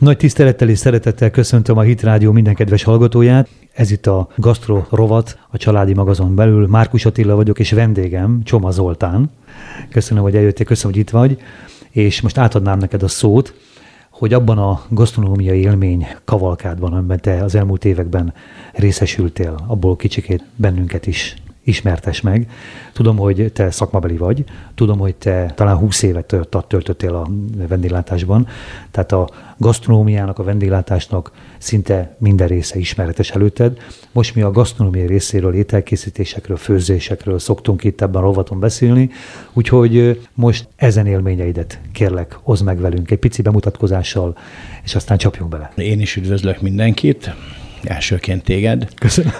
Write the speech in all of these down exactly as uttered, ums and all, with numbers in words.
Nagy tisztelettel és szeretettel köszöntöm a Hit Rádió minden kedves hallgatóját. Ez itt a Gasztro rovat, a családi magazon belül. Márkus Attila vagyok, és vendégem Csoma Zoltán. Köszönöm, hogy eljöttél, köszönöm, hogy itt vagy. És most átadnám neked a szót, hogy abban a gasztronómiai élmény kavalkádban, amiben te az elmúlt években részesültél, abból kicsikét bennünket is ismertes meg. Tudom, hogy te szakmabeli vagy, tudom, hogy te talán húsz évet töltöttél a vendéglátásban, tehát a gasztronómiának, a vendéglátásnak szinte minden része ismeretes előtted. Most mi a gasztronómiai részéről, ételkészítésekről, főzésekről szoktunk itt ebben a rovaton beszélni, úgyhogy most ezen élményeidet kérlek, hozd meg velünk egy pici bemutatkozással, és aztán csapjunk bele. Én is üdvözlök mindenkit, elsőként téged. Köszönöm.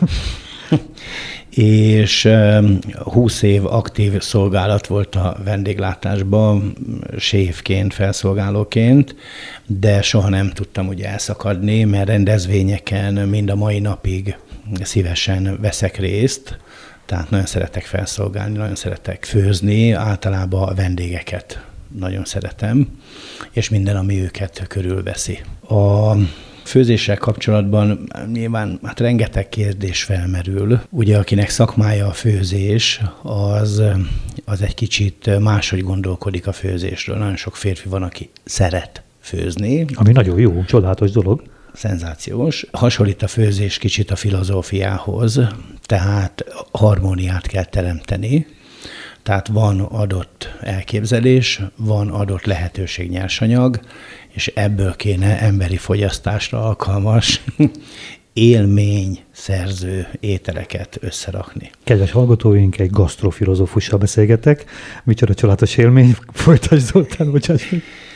És húsz év aktív szolgálat volt a vendéglátásban, séfként, felszolgálóként, de soha nem tudtam ugye elszakadni, mert rendezvényeken mind a mai napig szívesen veszek részt, tehát nagyon szeretek felszolgálni, nagyon szeretek főzni, általában a vendégeket nagyon szeretem, és minden, ami őket körülveszi. A főzéssel kapcsolatban nyilván hát rengeteg kérdés felmerül. Ugye akinek szakmája a főzés, az, az egy kicsit máshogy gondolkodik a főzésről. Nagyon sok férfi van, aki szeret főzni. Ami nagyon jó, csodálatos dolog. Szenzációs. Hasonlít a főzés kicsit a filozófiához, tehát harmóniát kell teremteni. Tehát van adott elképzelés, van adott lehetőség, nyersanyag, és ebből kéne emberi fogyasztásra alkalmas élményszerző ételeket összerakni. Kedves hallgatóink, egy gasztrofilozófussal beszélgetek. Micsoda csodálatos élmény, folytasd Zoltán, bocsáss.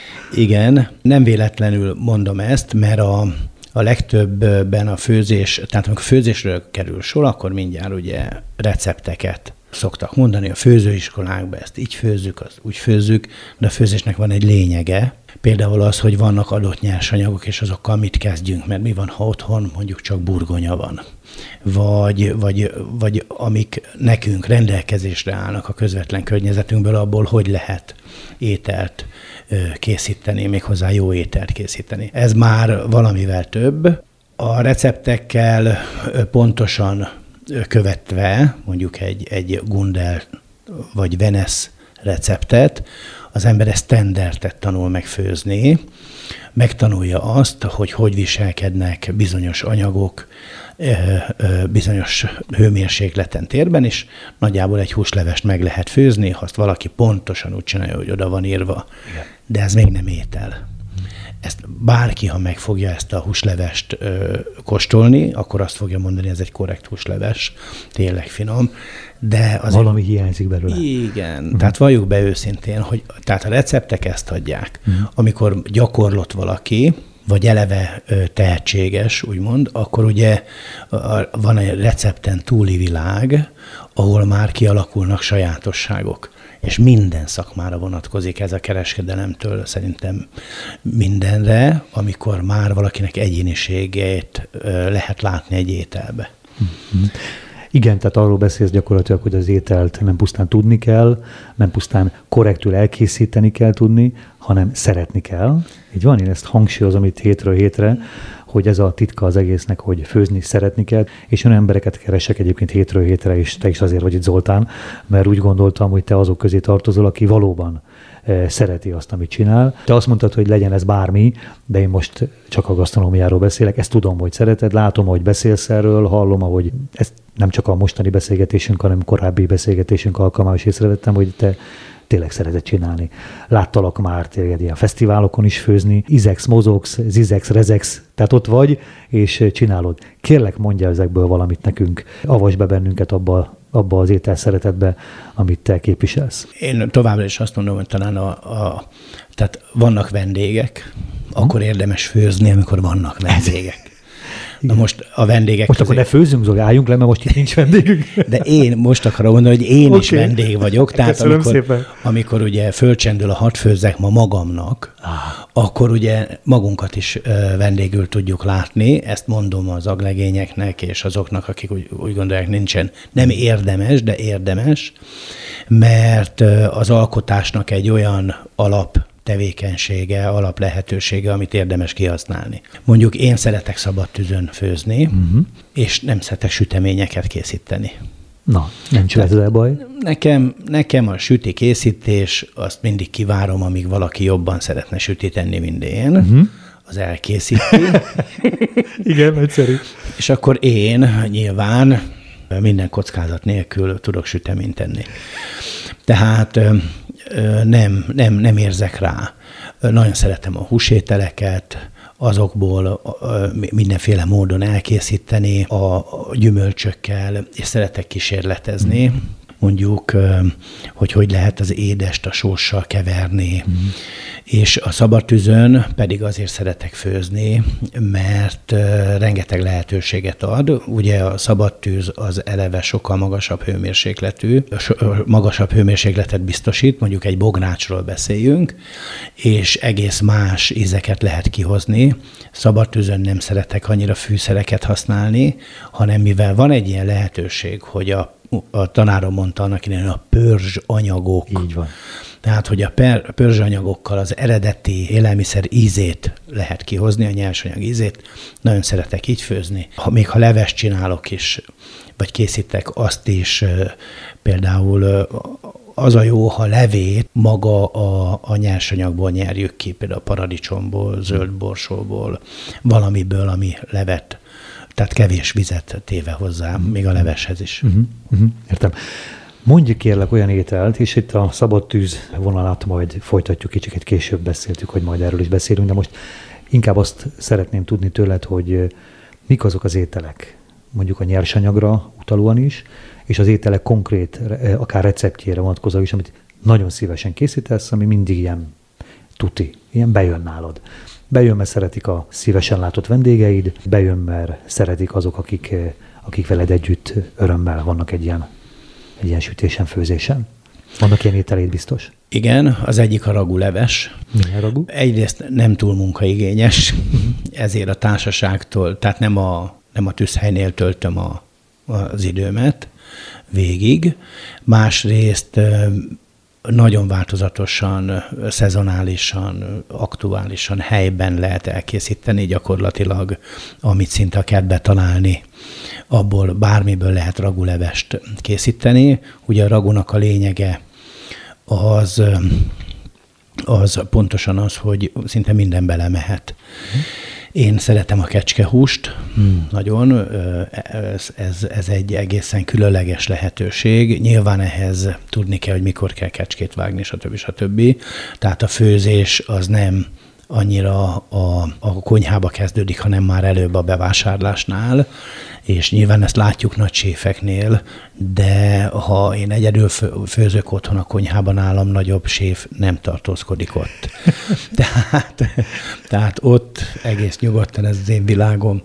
Igen, nem véletlenül mondom ezt, mert a, a legtöbbben a főzés, tehát amikor főzésről kerül sor, akkor mindjárt ugye recepteket szoktak mondani a főzőiskolákban, ezt így főzzük, azt úgy főzzük, de a főzésnek van egy lényege. Például az, hogy vannak adott nyersanyagok, és azokkal mit kezdjünk, mert mi van, ha otthon mondjuk csak burgonya van, vagy, vagy, vagy amik nekünk rendelkezésre állnak a közvetlen környezetünkből, abból hogy lehet ételt készíteni, méghozzá jó ételt készíteni. Ez már valamivel több. A receptekkel pontosan követve, mondjuk egy, egy Gundel vagy Venesz receptet, az ember ezt standardet tanul meg főzni, megtanulja azt, hogy hogy viselkednek bizonyos anyagok bizonyos hőmérsékleten térben, és nagyjából egy húslevest meg lehet főzni, ha azt valaki pontosan úgy csinálja, hogy oda van írva. Igen. De ez még nem étel. Ezt bárki, ha megfogja ezt a húslevest ö, kóstolni, akkor azt fogja mondani, ez egy korrekt húsleves, tényleg finom. De azért, valami hiányzik belőle. Igen, uh-huh. Tehát valljuk be őszintén, hogy tehát a receptek ezt adják. Uh-huh. Amikor gyakorlott valaki, vagy eleve ö, tehetséges, úgymond, akkor ugye a, van egy recepten túli világ, ahol már kialakulnak sajátosságok. És minden szakmára vonatkozik ez a kereskedelemtől szerintem mindenre, amikor már valakinek egyéniségét lehet látni egy ételbe. Mm-hmm. Igen, tehát arról beszélsz gyakorlatilag, hogy az ételt nem pusztán tudni kell, nem pusztán korrektül elkészíteni kell tudni, hanem szeretni kell. Így van, én ezt hangsúlyozom itt hétről hétre, hogy ez a titka az egésznek, hogy főzni szeretni kell, és olyan embereket keresek egyébként hétről hétre, és te is azért vagy itt, Zoltán, mert úgy gondoltam, hogy te azok közé tartozol, aki valóban e, szereti azt, amit csinál. Te azt mondtad, hogy legyen ez bármi, de én most csak a gasztronómiáról beszélek, ezt tudom, hogy szereted, látom, hogy beszélsz erről, hallom, ahogy ezt nem csak a mostani beszélgetésünk, hanem korábbi beszélgetésünk alkalmával is észrevettem, hogy te tényleg szereted csinálni. Láttalak már tényleg ilyen fesztiválokon is főzni, izegsz, mozogsz, zizegsz, rezegsz, tehát ott vagy, és csinálod. Kérlek, mondja ezekből valamit nekünk, avasd be bennünket abba, abba az étel szeretetbe, amit te képviselsz. Én továbbra is azt mondom, hogy talán a, a tehát vannak vendégek, hm? akkor érdemes főzni, amikor vannak vendégek. Na most a vendégek Most közé... akkor ne főzzünk, Zoli, álljunk le, mert most itt nincs vendégünk. De én most akarom mondani, hogy én okay. is vendég vagyok. Tehát amikor, amikor, amikor ugye fölcsendül a hadd főzzek ma magamnak, ah. akkor ugye magunkat is vendégül tudjuk látni. Ezt mondom az aglegényeknek és azoknak, akik úgy, úgy gondolják, nincsen. Nem érdemes, de érdemes, mert az alkotásnak egy olyan alap alaptevékenysége, alaplehetősége, amit érdemes kihasználni. Mondjuk én szeretek szabad tűzön főzni, uh-huh. és nem szeretek süteményeket készíteni. Na, nincs ezzel baj. Nekem, nekem a süti készítés, azt mindig kivárom, amíg valaki jobban szeretne sütit enni, mint én. Uh-huh. Az elkészíti. Igen, egyszerű. És akkor én nyilván minden kockázat nélkül tudok süteményt tenni. Tehát nem, nem, nem érzek rá. Nagyon szeretem a húsételeket, azokból mindenféle módon elkészíteni a gyümölcsökkel, és szeretek kísérletezni. Mm. Mondjuk, hogy hogy lehet az édest a sóssal keverni. Mm. És a szabadtűzön pedig azért szeretek főzni, mert rengeteg lehetőséget ad. Ugye a szabadtűz az eleve sokkal magasabb hőmérsékletű, magasabb hőmérsékletet biztosít, mondjuk egy bográcsról beszéljünk, és egész más ízeket lehet kihozni. Szabadtűzön nem szeretek annyira fűszereket használni, hanem mivel van egy ilyen lehetőség, hogy a a tanárom mondta annak idején, a pörzs anyagok. Így van. Tehát, hogy a per, pörzs anyagokkal az eredeti élelmiszer ízét lehet kihozni, a nyersanyag ízét. Nagyon szeretek így főzni. Ha, még ha leves csinálok is, vagy készítek, azt is például az a jó, ha levét maga a, a nyersanyagból nyerjük ki, például a paradicsomból, zöld borsóból, valamiből, ami levet. Tehát kevés vizet téve hozzá, uh-huh. még a leveshez is. Uh-huh. Uh-huh. Értem. Mondj kérlek olyan ételt, és itt a szabad tűz vonalát majd folytatjuk, kicsit később beszéltük, hogy majd erről is beszélünk, de most inkább azt szeretném tudni tőled, hogy mik azok az ételek, mondjuk a nyersanyagra utalóan is, és az ételek konkrét, akár receptjére vonatkozó is, amit nagyon szívesen készítesz, ami mindig ilyen tuti, ilyen bejön nálad. Bejön, mert szeretik a szívesen látott vendégeid, bejön, mert szeretik azok, akik, akik veled együtt örömmel vannak egy ilyen, egy ilyen sütésen, főzésen. Vannak ilyen ételéd biztos? Igen, az egyik a raguleves. Milyen ragu? Egyrészt nem túl munkaigényes, ezért a társaságtól, tehát nem a, nem a tűzhelynél töltöm a, az időmet végig. Másrészt nagyon változatosan, szezonálisan, aktuálisan helyben lehet elkészíteni, gyakorlatilag, amit szinte a kertbe találni, abból bármiből lehet ragulevest készíteni. Ugye a ragunak a lényege az, az pontosan az, hogy szinte minden belemehet. Én szeretem a kecskehúst, hmm. nagyon, ez, ez, ez egy egészen különleges lehetőség. Nyilván ehhez tudni kell, hogy mikor kell kecskét vágni, stb. stb. Tehát a főzés az nem annyira a, a konyhába kezdődik, hanem már előbb a bevásárlásnál, és nyilván ezt látjuk nagy séfeknél, de ha én egyedül főzök otthon a konyhában, nálam nagyobb séf nem tartózkodik ott. tehát, tehát ott egész nyugodtan ez az én világom.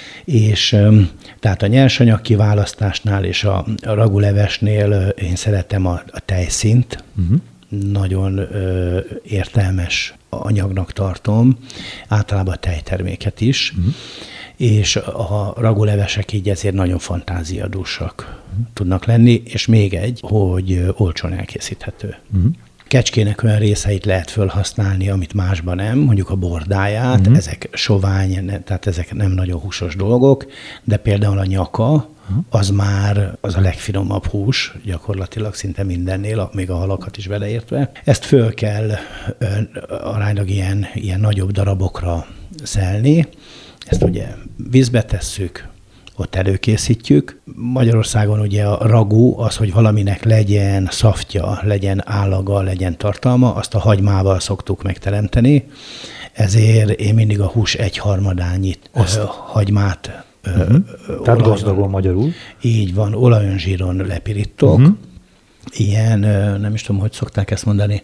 És tehát a nyersanyag kiválasztásnál és a, a ragulevesnél én szeretem a, a tejszínt, uh-huh. nagyon ö, értelmes anyagnak tartom, általában a tejterméket is, uh-huh. és a ragulevesek így ezért nagyon fantáziadúsak uh-huh. tudnak lenni, és még egy, hogy olcsón elkészíthető. Uh-huh. Kecskének olyan részeit lehet felhasználni, amit másban nem, mondjuk a bordáját, uh-huh. ezek sovány, tehát ezek nem nagyon húsos dolgok, de például a nyaka, az már az a legfinomabb hús, gyakorlatilag szinte mindennél, még a halakat is beleértve. Ezt föl kell aránylag ilyen, ilyen nagyobb darabokra szelni, ezt ugye vízbe tesszük, ott előkészítjük. Magyarországon ugye a ragu az, hogy valaminek legyen szaftja, legyen állaga, legyen tartalma, azt a hagymával szoktuk megteremteni, ezért én mindig a hús egyharmadányit hagymát Uh-huh. Tehát gazdagon magyarul. Így van, olajon, zsíron lepirítok. Uh-huh. Ilyen, nem is tudom, hogy szokták ezt mondani,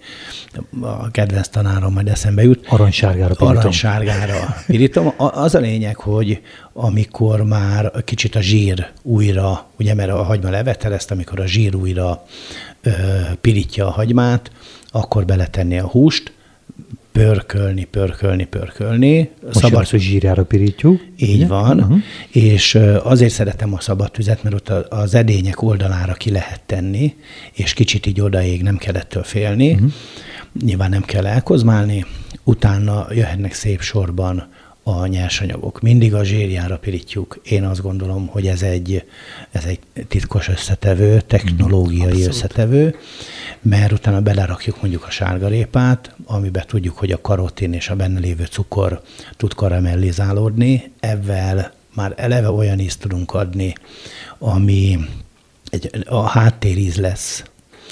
a kedvenc tanárom majd eszembe jut. Aranysárgára pirítom. Aranysárgára pirítom. Az a lényeg, hogy amikor már kicsit a zsír újra, ugye mert a hagyma levetelezte, amikor a zsír újra ö, pirítja a hagymát, akkor beletenni a húst, pörkölni, pörkölni, pörkölni. Most szabad, az, hogy zsírjára pirítjuk. Így ugye? Van. Uh-huh. És azért szeretem a szabad tüzet, mert ott az edények oldalára ki lehet tenni, és kicsit így odaég, nem kell ettől félni. Uh-huh. nyilván nem kell elkozmálni, utána jöhetnek szép sorban a nyersanyagok. Mindig a zsírjára pirítjuk. Én azt gondolom, hogy ez egy, ez egy titkos összetevő, technológiai mm, összetevő, mert utána belerakjuk mondjuk a sárgarépát, amiben tudjuk, hogy a karotin és a benne lévő cukor tud karamellizálódni. Ezzel már eleve olyan ízt tudunk adni, ami egy, a háttéríz lesz.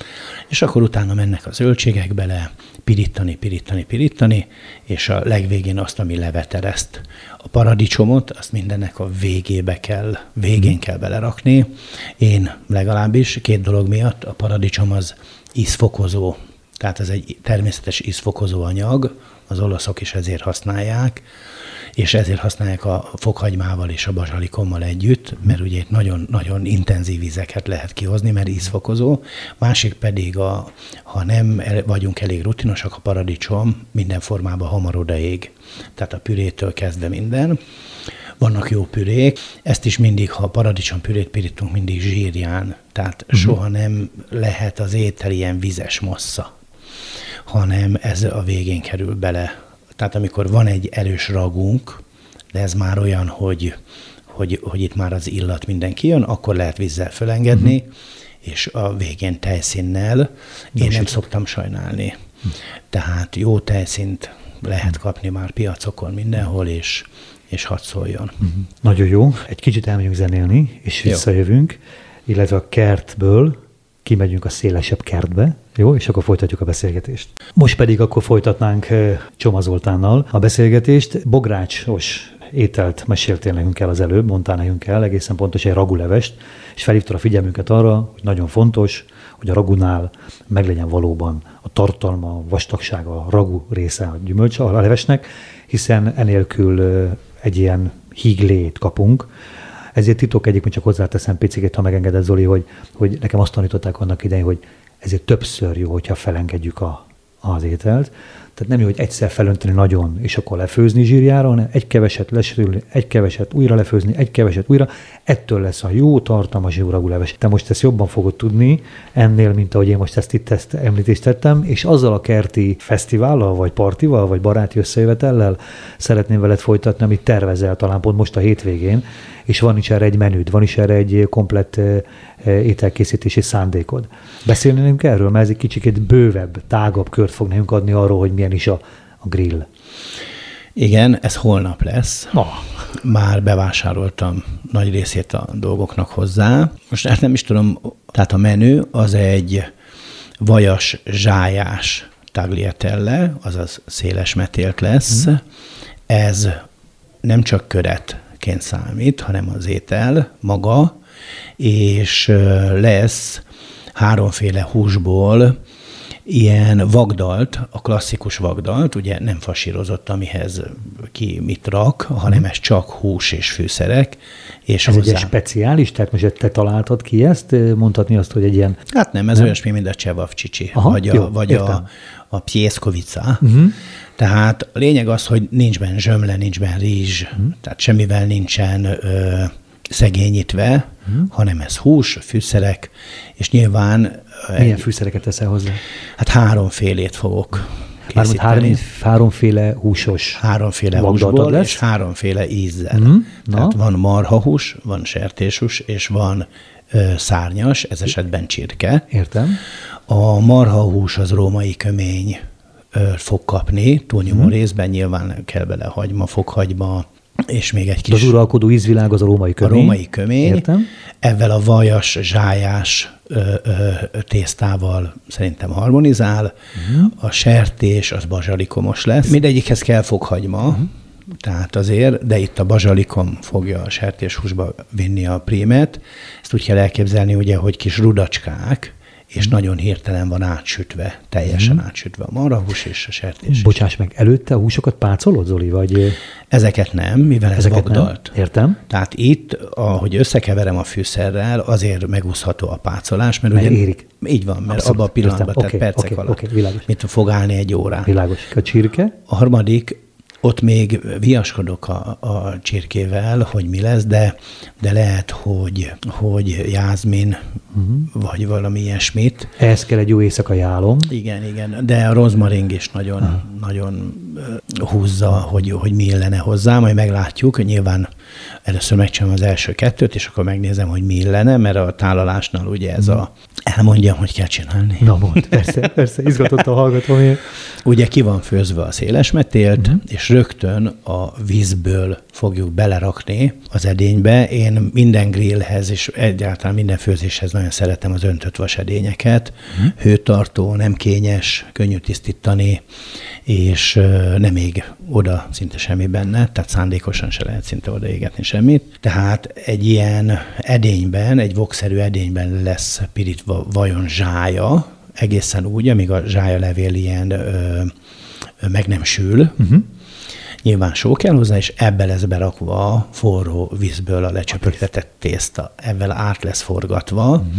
És akkor utána mennek a zöldségek bele, pirítani, pirítani, pirítani, és a legvégén azt, ami levetereszt. A paradicsomot, azt mindennek a végébe kell, végén kell belerakni. Én legalábbis két dolog miatt, a paradicsom az ízfokozó, tehát ez egy természetes ízfokozó anyag, az olaszok is ezért használják, és ezért használják a fokhagymával és a bazsalikommal együtt, mert ugye itt nagyon, nagyon intenzív ízeket lehet kihozni, mert ízfokozó. Másik pedig, a, ha nem vagyunk elég rutinosak, a paradicsom minden formában hamar odaég. Tehát a pürétől kezdve minden. Vannak jó pürék, ezt is mindig, ha paradicsom pürét pirítunk, mindig zsírján. Tehát uh-huh. soha nem lehet az étel ilyen vizes massza, hanem ez a végén kerül bele. Tehát amikor van egy erős ragunk, de ez már olyan, hogy, hogy, hogy itt már az illat minden kijön, akkor lehet vízzel fölengedni, uh-huh. és a végén tejszínnel. Én nem szoktam sajnálni. Uh-huh. Tehát jó tejszínt lehet kapni már piacokon mindenhol, és, és hadd szóljon. Uh-huh. Nagyon jó. Egy kicsit elmegyünk zenélni, és visszajövünk, jó. Illetve a kertből kimegyünk a szélesebb kertbe, jó, és akkor folytatjuk a beszélgetést. Most pedig akkor folytatnánk Csoma Zoltánnal a beszélgetést. Bográcsos ételt meséltél nekünk el az előbb, mondtál nekünk el, egészen pontosan egy ragulevest, és felhívtad a figyelmünket arra, hogy nagyon fontos, hogy a ragunál meglegyen valóban a tartalma, a vastagsága, a ragu része a gyümölcs, a levesnek, hiszen enélkül egy ilyen híglét kapunk. Ezért titok egyébként csak hozzáteszem picikét, ha megengeded, Zoli, hogy, hogy nekem azt tanították annak idején, hogy ezért többször jó, hogyha felengedjük a, az ételt. Tehát nem jó, hogy egyszer felönteni nagyon, és akkor lefőzni zsírjára, hanem egy keveset lesülni, egy keveset újra lefőzni, egy keveset újra. Ettől lesz a jó tartalmas jó raguleves. Te most ezt jobban fogod tudni ennél, mint ahogy én most ezt itt ezt említést tettem, és azzal a kerti fesztivállal, vagy partival, vagy baráti összejövetellel szeretném veled folytatni, amit tervezel talán pont most a hétvégén, és van is erre egy menüd, van is erre egy komplett ételkészítési szándékod. Beszélnénk erről, mert ez egy kicsit bővebb, tágabb kört fog nekünk adni arról, hogy milyen is a, a grill. Igen, ez holnap lesz. Ah. Már bevásároltam nagy részét a dolgoknak hozzá. Most hát nem is tudom, tehát a menü az egy vajas zsájás tagliatelle, azaz széles metélt lesz. Mm. Ez nem csak köretként számít, hanem az étel maga, és lesz háromféle húsból ilyen vagdalt, a klasszikus vagdalt, ugye nem fasírozott, amihez ki mit rak, hanem ez csak hús és fűszerek. És ez hozzá... egy speciális? Tehát most te találtad ki ezt? Mondhatni azt, hogy egy ilyen... Hát nem, ez nem? Olyasmi, mint a csevapcsicsi, vagy, jó, a, vagy a, a pjeszkovica. Uh-huh. Tehát a lényeg az, hogy nincs benne zsömle, nincs benne rizs, uh-huh. tehát semmivel nincsen... Ö, szegényítve, hmm. hanem ez hús, fűszerek, és nyilván... Milyen egy, fűszereket teszel hozzá? Hát háromfélét fogok készíteni. Három, háromféle húsos Háromféle húsból, lesz? És háromféle ízzel. Hmm. Tehát van marhahús, van sertéshús, és van ö, szárnyas, ez esetben csirke. Értem. A marhahús az római kömény ö, fog kapni, túlnyomó hmm. részben nyilván kell bele hagyma, fokhagyma, és még egy kis... De az uralkodó ízvilág az a római kömény. A római kömény. Értem. Ezzel a vajas, zsájás ö, ö, tésztával szerintem harmonizál. Uh-huh. A sertés az bazsalikomos lesz. Mindegyikhez kell fokhagyma, uh-huh. tehát azért, de itt a bazsalikom fogja a sertéshúsba vinni a prímet. Ezt úgy kell elképzelni, ugye, hogy kis rudacskák, és mm. nagyon hirtelen van átsütve, teljesen mm. átsütve a marhahús és a sertés. Bocsáss meg, előtte a húsokat pácolod, Zoli, vagy? Ezeket nem, mivel ez Ezeket vagdalt. Nem. Értem. Tehát itt, ahogy összekeverem a fűszerrel, azért megúszható a pácolás, mert, mert ugye... érik. Így van, mert abszolút. abban a pillanatban, Értem. tehát okay, percek okay, alatt, okay, világos. mint fog állni egy órán. Világos. A csirke? A harmadik, ott még viaskodok a, a csirkével, hogy mi lesz, de, de lehet, hogy, hogy jázmin uh-huh. vagy valami ilyesmit. Ehhez kell egy jó éjszakai álom. Igen, igen, de a rozmaring is nagyon, uh-huh. nagyon húzza, hogy, hogy mi illene hozzá, majd meglátjuk. Nyilván először megcsinálom az első kettőt, és akkor megnézem, hogy mi illene, mert a tálalásnál ugye ez uh-huh. a elmondjam, hogy kell csinálni. Na mond, persze, persze, izgatott a hallgatom. Ugye ki van főzve a szélesmetélt, uh-huh. és rögtön a vízből fogjuk belerakni az edénybe. Én minden grillhez és egyáltalán minden főzéshez nagyon szeretem az öntött vasedényeket. Uh-huh. Hőtartó, nem kényes, könnyű tisztítani, és nem ég oda szinte semmi benne, tehát szándékosan se lehet szinte odaégetni semmit. Tehát egy ilyen edényben, egy vokszerű edényben lesz pirítva vajon zsája, egészen úgy, amíg a zsájalevél ilyen ö, ö, meg nem sül. Uh-huh. Nyilván só kell hozzá, és ebbe lesz berakva a forró vízből a lecsöpögtetett tészta. Ebben át lesz forgatva. Uh-huh.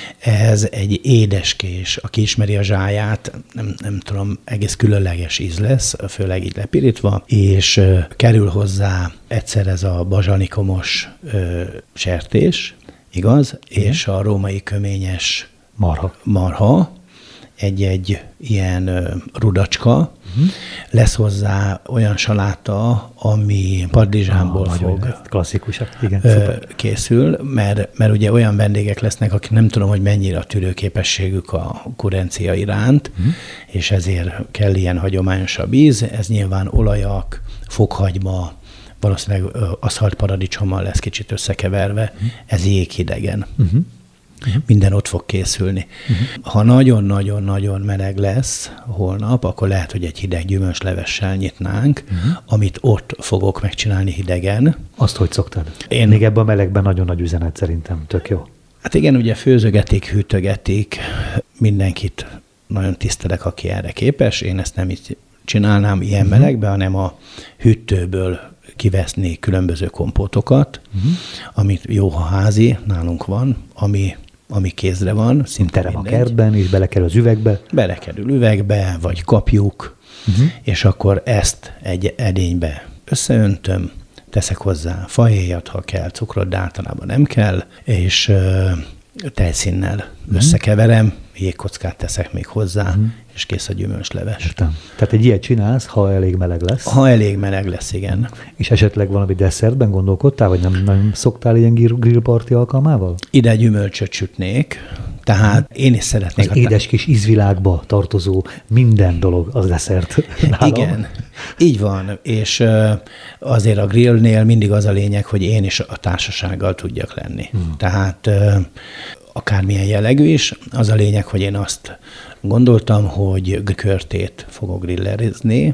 Ez egy édeskés, aki ismeri a zsáját, nem, nem tudom, egész különleges íz lesz, főleg így lepirítva, és ö, kerül hozzá egyszer ez a bazsalikomos ö, sertés, igaz? Uh-huh. És a római köményes marha. marha, egy-egy ilyen ö, rudacska, uh-huh. lesz hozzá olyan saláta, ami padlizsánból ah, fog klasszikusak, igen, ö, készül, mert, mert ugye olyan vendégek lesznek, akik nem tudom, hogy mennyire a tűrőképességük a kurencia iránt, uh-huh. és ezért kell ilyen hagyományosabb íz, ez nyilván olajak, fokhagyma, valószínűleg aszalt paradicsommal lesz kicsit összekeverve, uh-huh. ez jéghidegen. Uh-huh. Uh-huh. Minden ott fog készülni. Uh-huh. Ha nagyon-nagyon-nagyon meleg lesz holnap, akkor lehet, hogy egy hideg gyümölcslevessel nyitnánk, uh-huh. amit ott fogok megcsinálni hidegen. Azt hogy szoktad? Én... Még ebben a melegben nagyon nagy üzenet szerintem, tök jó. Hát igen, ugye főzögetik, hűtögetik, mindenkit nagyon tisztelek, aki erre képes. Én ezt nem így csinálnám ilyen uh-huh. melegben, hanem a hűtőből kiveszni különböző kompótokat, uh-huh. amit jó, ha házi, nálunk van, ami ami kézre van, szinte terem a kertben, és belekerül az üvegbe. Belekerül üvegbe, vagy kapjuk, uh-huh. és akkor ezt egy edénybe összeöntöm, teszek hozzá fahéjat, ha kell, cukrot, de általában nem kell, és uh, tejszínnel uh-huh. összekeverem, jégkockát teszek még hozzá, uh-huh. és kész a gyümölcsleves. Értem. Tehát egy ilyet csinálsz, ha elég meleg lesz. Ha elég meleg lesz, igen. És esetleg valami desszertben gondolkodtál, vagy nem, nem szoktál ilyen grillparti alkalmával? Ide gyümölcsöt sütnék, tehát én is szeretnék. Az édes kis ízvilágba tartozó minden dolog az desszert. Nálam. Igen, így van, és azért a grillnél mindig az a lényeg, hogy én is a társasággal tudjak lenni. Hmm. Tehát akármilyen jellegű is, az a lényeg, hogy én azt gondoltam, hogy körtét fogok grillerizni,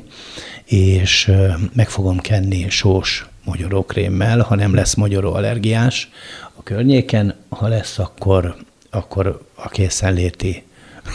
és meg fogom kenni sós mogyorókrémmel, ha nem lesz mogyoróallergiás a környéken, ha lesz, akkor, akkor a készenléti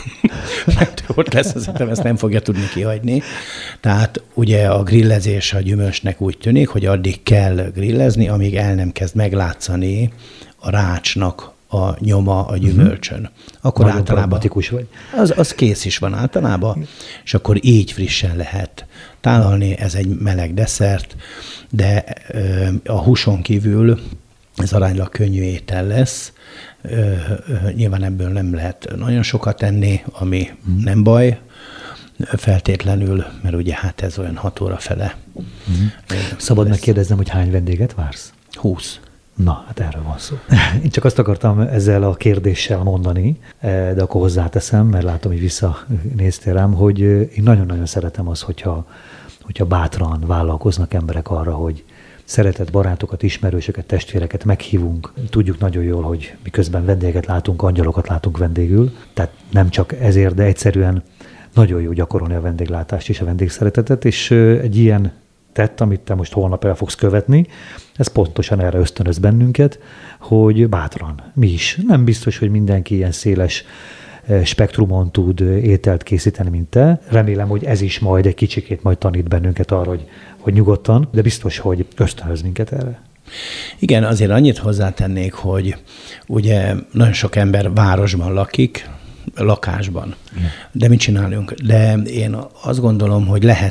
ott lesz, az ezt nem fogja tudni kihagyni. Tehát ugye a grillezés a gyümölcsnek úgy tűnik, hogy addig kell grillezni, amíg el nem kezd meglátszani a rácsnak a nyoma a gyümölcsön. Uh-huh. Akkor nagyon általában vagy. Az, az kész is van általában, és akkor így frissen lehet tálalni, ez egy meleg desszert, de ö, a húson kívül ez aránylag könnyű étel lesz. Ö, ö, nyilván ebből nem lehet nagyon sokat enni, ami uh-huh. nem baj feltétlenül, mert ugye hát ez olyan hat óra fele. Uh-huh. Szabad megkérdeznem, hogy hány vendéget vársz? Húsz. Na, hát erről van szó. Én csak azt akartam ezzel a kérdéssel mondani, de akkor hozzáteszem, mert látom, hogy visszanéztél rám, hogy én nagyon-nagyon szeretem azt, hogyha, hogyha bátran vállalkoznak emberek arra, hogy szeretett barátokat, ismerősöket, testvéreket meghívunk. Tudjuk nagyon jól, hogy miközben vendégeket látunk, angyalokat látunk vendégül, tehát nem csak ezért, de egyszerűen nagyon jó gyakorolni a vendéglátást és a vendégszeretetet, és egy ilyen tett, amit te most holnap el fogsz követni, ez pontosan erre ösztönöz bennünket, hogy bátran, mi is. Nem biztos, hogy mindenki ilyen széles spektrumon tud ételt készíteni, mint te. Remélem, hogy ez is majd egy kicsikét majd tanít bennünket arra, hogy, hogy nyugodtan, de biztos, hogy ösztönöz minket erre. Igen, azért annyit hozzátennék, hogy ugye nagyon sok ember városban lakik, lakásban. Igen. De mit csinálunk? De én azt gondolom, hogy lehet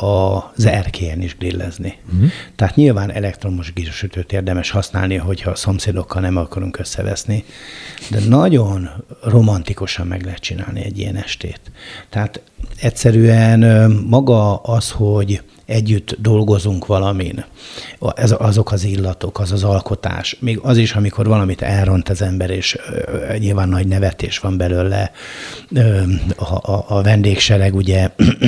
az erkélyen is grillezni. Uh-huh. Tehát nyilván elektromos grillsütőt érdemes használni, hogyha a szomszédokkal nem akarunk összeveszni, de nagyon romantikusan meg lehet csinálni egy ilyen estét. Tehát egyszerűen maga az, hogy együtt dolgozunk valamin, ez, azok az illatok, az az alkotás, még az is, amikor valamit elront az ember, és ö, nyilván nagy nevetés van belőle, ö, a, a, a vendégsereg ugye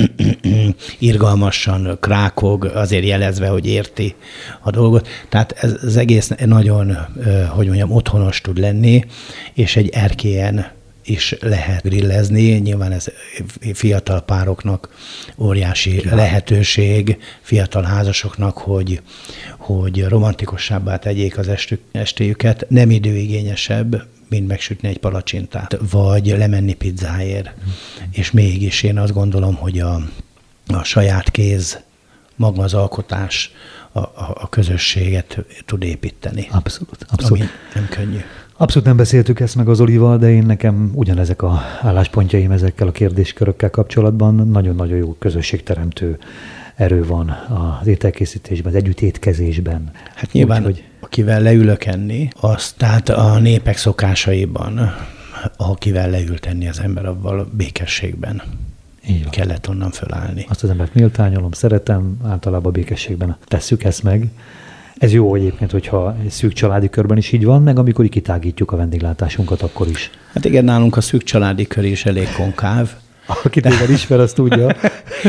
irgalmasan krákog, azért jelezve, hogy érti a dolgot. Tehát ez az egész nagyon, ö, hogy mondjam, otthonos tud lenni, és egy erkélyen is lehet grillezni. Nyilván ez fiatal pároknak óriási ja. lehetőség, fiatal házasoknak, hogy, hogy romantikusabbá tegyék az estük, estéjüket. Nem időigényesebb, mint megsütni egy palacsintát, vagy lemenni pizzáért. Mm. És mégis én azt gondolom, hogy a, a saját kéz, maga az alkotás a, a, a közösséget tud építeni. Abszolút. abszolút. Ami nem könnyű. Abszolút nem beszéltük ezt meg az Olival, de én nekem ugyanezek a álláspontjaim ezekkel a kérdéskörökkel kapcsolatban. Nagyon-nagyon jó közösségteremtő erő van az ételkészítésben, az együtt étkezésben. Hát nyilván, úgy, hogy akivel leülök enni, az tehát a népek szokásaiban, akivel leült enni az ember, avval békességben kellett onnan fölállni. Azt az embert méltányolom, szeretem, általában békességben tesszük ezt meg. Ez jó egyébként, hogyha egy szűk családi körben is így van, meg amikor így kitágítjuk a vendéglátásunkat, akkor is. Hát igen, nálunk a szűk családi kör is elég konkáv. Aki téged ismer, azt tudja.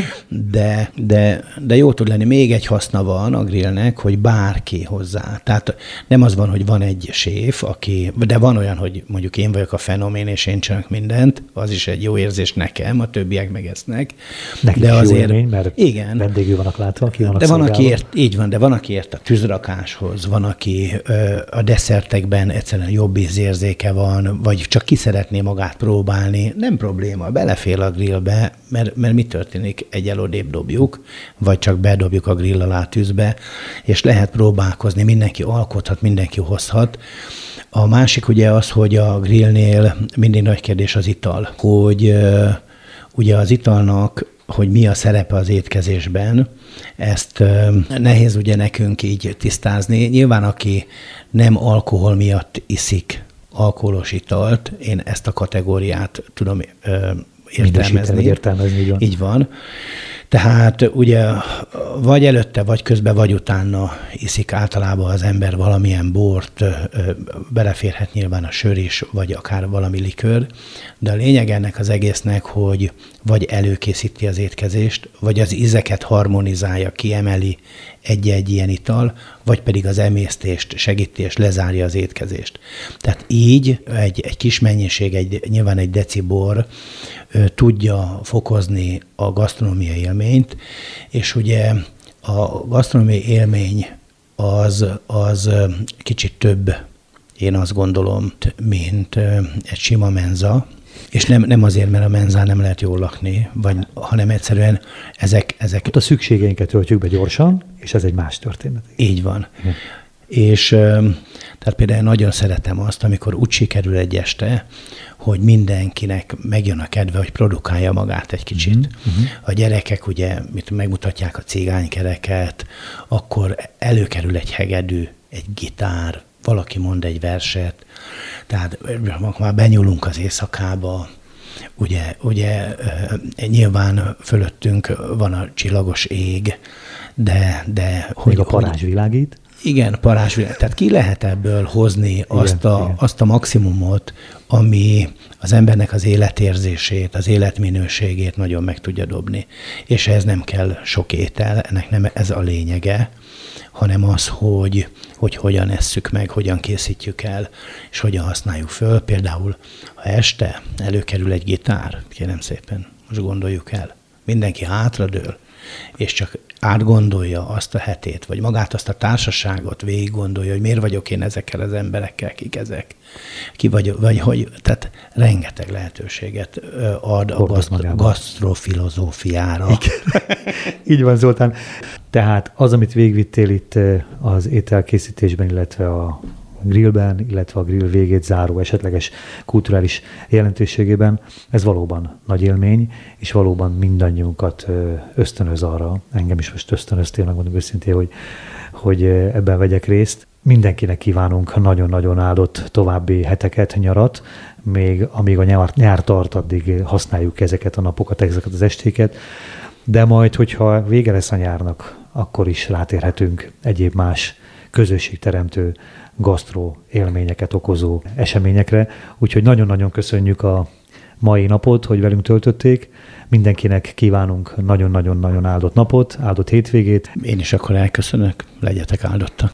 De, de, de jó tud lenni. Még egy haszna van a grillnek, hogy bárki hozzá. Tehát nem az van, hogy van egy séf, aki, de van olyan, hogy mondjuk én vagyok a fenomén, és én csinálok mindent, az is egy jó érzés nekem, a többiek megesznek. Nekik de is azért, jó élmény, mert igen, vendégül vannak látva, ki vannak de van, aki ért, így van, de van, aki ért a tűzrakáshoz, van, aki ö, a desszertekben egyszerűen jobb ízérzéke van, vagy csak ki szeretné magát próbálni. Nem probléma, belefél a grillbe, mert, mert mi történik? Egy elodébb dobjuk, vagy csak bedobjuk a grill alá tűzbe, és lehet próbálkozni, mindenki alkothat, mindenki hozhat. A másik ugye az, hogy a grillnél mindig nagy kérdés az ital, hogy uh, ugye az italnak, hogy mi a szerepe az étkezésben, ezt uh, nehéz ugye nekünk így tisztázni. Nyilván, aki nem alkohol miatt iszik alkoholos italt, én ezt a kategóriát tudom uh, értelmezni. értelmezni így van. Így van. Tehát ugye vagy előtte, vagy közben, vagy utána iszik általában az ember valamilyen bort, beleférhet nyilván a sör is, vagy akár valami likőr, de a lényeg ennek az egésznek, hogy vagy előkészíti az étkezést, vagy az ízeket harmonizálja, kiemeli egy-egy ilyen ital, vagy pedig az emésztést segíti és lezárja az étkezést. Tehát így egy, egy kis mennyiség, egy, nyilván egy deci bor tudja fokozni a gasztronómiai élményt, és ugye a gasztronómiai élmény az, az kicsit több, én azt gondolom, mint egy sima menza, és nem, nem azért, mert a menzán nem lehet jól lakni, vagy, hanem egyszerűen ezek... ezek... Ott a szükségeinket töltjük be gyorsan, és ez egy más történet. Így van. Igen. És tehát például nagyon szeretem azt, amikor úgy sikerül egy este, hogy mindenkinek megjön a kedve, hogy produkálja magát egy kicsit. Uh-huh. A gyerekek ugye mit megmutatják a cigánykereket, akkor előkerül egy hegedű, egy gitár, valaki mond egy verset, tehát már benyúlunk az éjszakába, ugye, ugye nyilván fölöttünk van a csillagos ég, de... de hogy a parázs világít. Igen, parázsvilág. Tehát ki lehet ebből hozni igen, azt, a, igen. azt a maximumot, ami az embernek az életérzését, az életminőségét nagyon meg tudja dobni. És ehhez nem kell sok étel, ennek nem ez a lényege, hanem az, hogy, hogy hogyan esszük meg, hogyan készítjük el, és hogyan használjuk föl. Például, ha este előkerül egy gitár, kérem szépen, most gondoljuk el, mindenki hátradől, és csak átgondolja azt a hetét, vagy magát azt a társaságot végig gondolja, hogy miért vagyok én ezekkel az emberekkel, kik ezek, ki vagyok, vagy hogy, tehát rengeteg lehetőséget ad a gaszt- gasztrofilozófiára. Így van, Zoltán. Tehát az, amit végigvittél itt az ételkészítésben, illetve a grillben, illetve a grill végét záró esetleges kulturális jelentőségében. Ez valóban nagy élmény, és valóban mindannyiunkat ösztönöz arra, engem is most ösztönöz, tényleg mondom őszintén, hogy, hogy ebben vegyek részt. Mindenkinek kívánunk nagyon-nagyon áldott további heteket, nyarat, még amíg a nyár, nyár tart, addig használjuk ezeket a napokat, ezeket az estéket, de majd, hogyha vége lesz a nyárnak, akkor is rátérhetünk egyéb más közösségteremtő, gasztró élményeket okozó eseményekre. Úgyhogy nagyon-nagyon köszönjük a mai napot, hogy velünk töltötték. Mindenkinek kívánunk nagyon-nagyon-nagyon áldott napot, áldott hétvégét. Én is akkor elköszönök, legyetek áldottak.